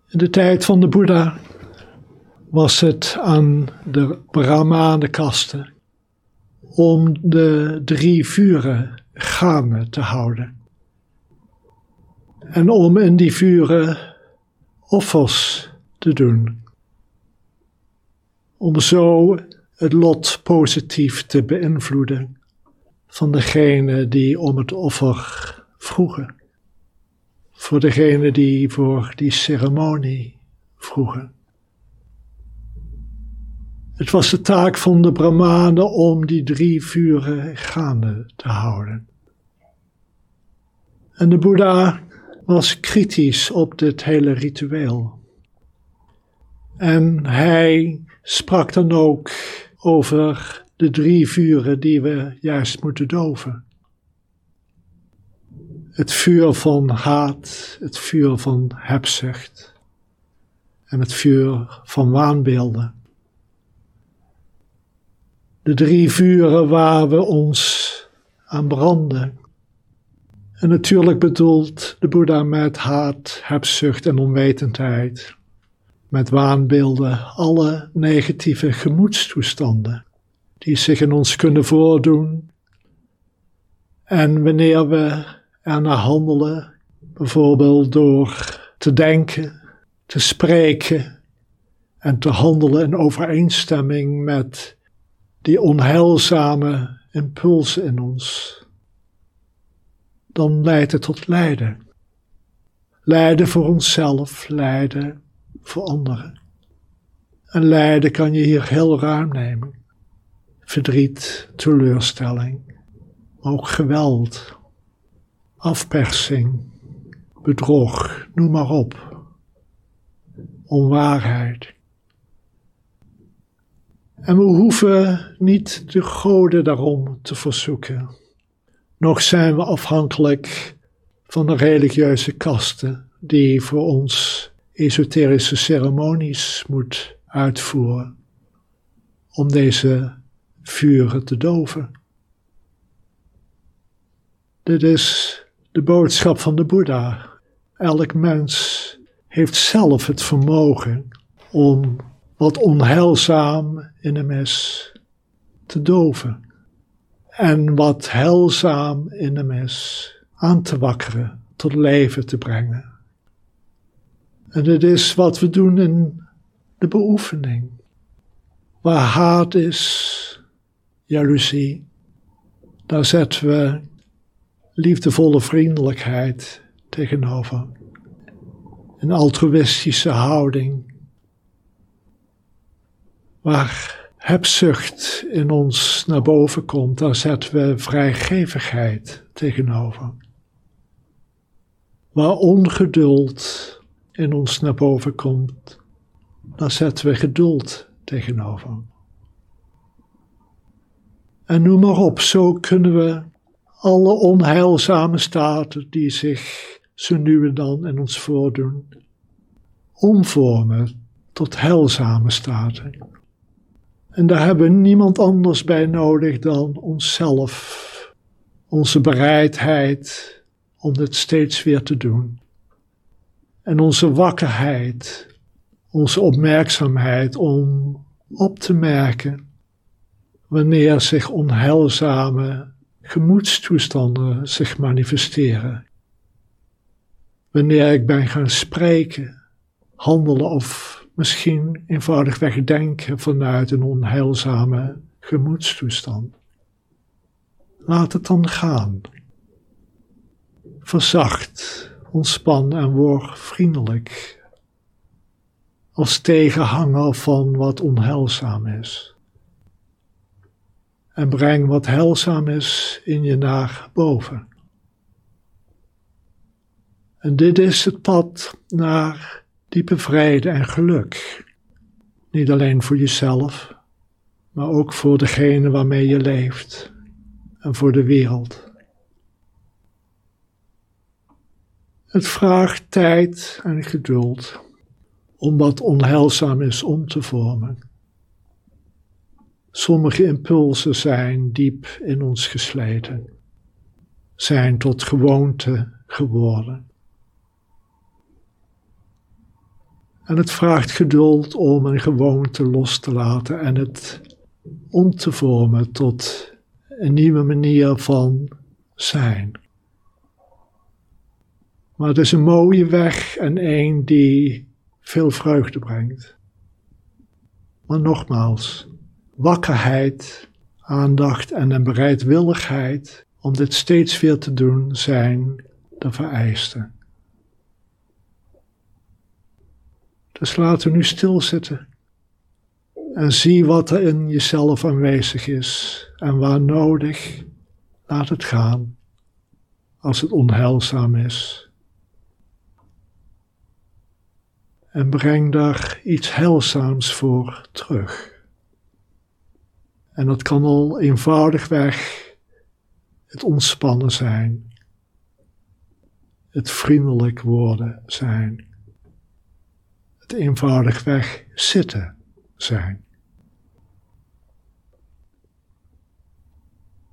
In de tijd van de Boeddha was het aan de brahmanenkasten om de 3 vuren gaande te houden. En om in die vuren offers te doen. Om zo het lot positief te beïnvloeden van degene die om het offer vroegen. Voor degene die voor die ceremonie vroegen. Het was de taak van de brahmanen om die 3 vuren gaande te houden. En de Boeddha was kritisch op dit hele ritueel. En hij sprak dan ook over de 3 vuren die we juist moeten doven. Het vuur van haat, het vuur van hebzucht en het vuur van waanbeelden. De 3 vuren waar we ons aan branden. En natuurlijk bedoelt de Boeddha met haat, hebzucht en onwetendheid, met waanbeelden, alle negatieve gemoedstoestanden die zich in ons kunnen voordoen. En wanneer we ernaar handelen, bijvoorbeeld door te denken, te spreken en te handelen in overeenstemming met die onheilzame impulsen in ons, dan leidt het tot lijden. Lijden voor onszelf, lijden voor anderen. En lijden kan je hier heel ruim nemen. Verdriet, teleurstelling, maar ook geweld, afpersing, bedrog, noem maar op. Onwaarheid. En we hoeven niet de goden daarom te verzoeken. Nog zijn we afhankelijk van de religieuze kasten die voor ons esoterische ceremonies moet uitvoeren om deze vuren te doven. Dit is de boodschap van de Boeddha. Elk mens heeft zelf het vermogen om wat onheilzaam in hem is te doven. En wat heilzaam in hem is aan te wakkeren, tot leven te brengen. En dit is wat we doen in de beoefening. Waar haat is, jaloezie, daar zetten we liefdevolle vriendelijkheid tegenover. Een altruïstische houding. Waar hebzucht in ons naar boven komt, daar zetten we vrijgevigheid tegenover. Waar ongeduld in ons naar boven komt, daar zetten we geduld tegenover. En noem maar op, zo kunnen we alle onheilzame staten die zich zo nu en dan in ons voordoen, omvormen tot heilzame staten. En daar hebben we niemand anders bij nodig dan onszelf, onze bereidheid om dit steeds weer te doen. En onze wakkerheid, onze opmerkzaamheid om op te merken wanneer zich onheilzame gemoedstoestanden zich manifesteren. Wanneer ik ben gaan spreken, handelen of misschien eenvoudigweg denken vanuit een onheilzame gemoedstoestand. Laat het dan gaan. Verzacht, ontspan en word vriendelijk. Als tegenhanger van wat onheilzaam is. En breng wat heilzaam is in je naar boven. En dit is het pad naar diepe vrede en geluk. Niet alleen voor jezelf, maar ook voor degene waarmee je leeft en voor de wereld. Het vraagt tijd en geduld om wat onheilzaam is om te vormen. Sommige impulsen zijn diep in ons gesleten, zijn tot gewoonte geworden. En het vraagt geduld om een gewoonte los te laten en het om te vormen tot een nieuwe manier van zijn. Maar het is een mooie weg en een die veel vreugde brengt. Maar nogmaals, wakkerheid, aandacht en een bereidwilligheid om dit steeds weer te doen zijn de vereisten. Dus laten we nu stilzitten en zie wat er in jezelf aanwezig is en waar nodig, laat het gaan als het onheilzaam is. En breng daar iets heilzaams voor terug. En dat kan al eenvoudigweg het ontspannen zijn, het vriendelijk worden zijn, het eenvoudigweg zitten zijn.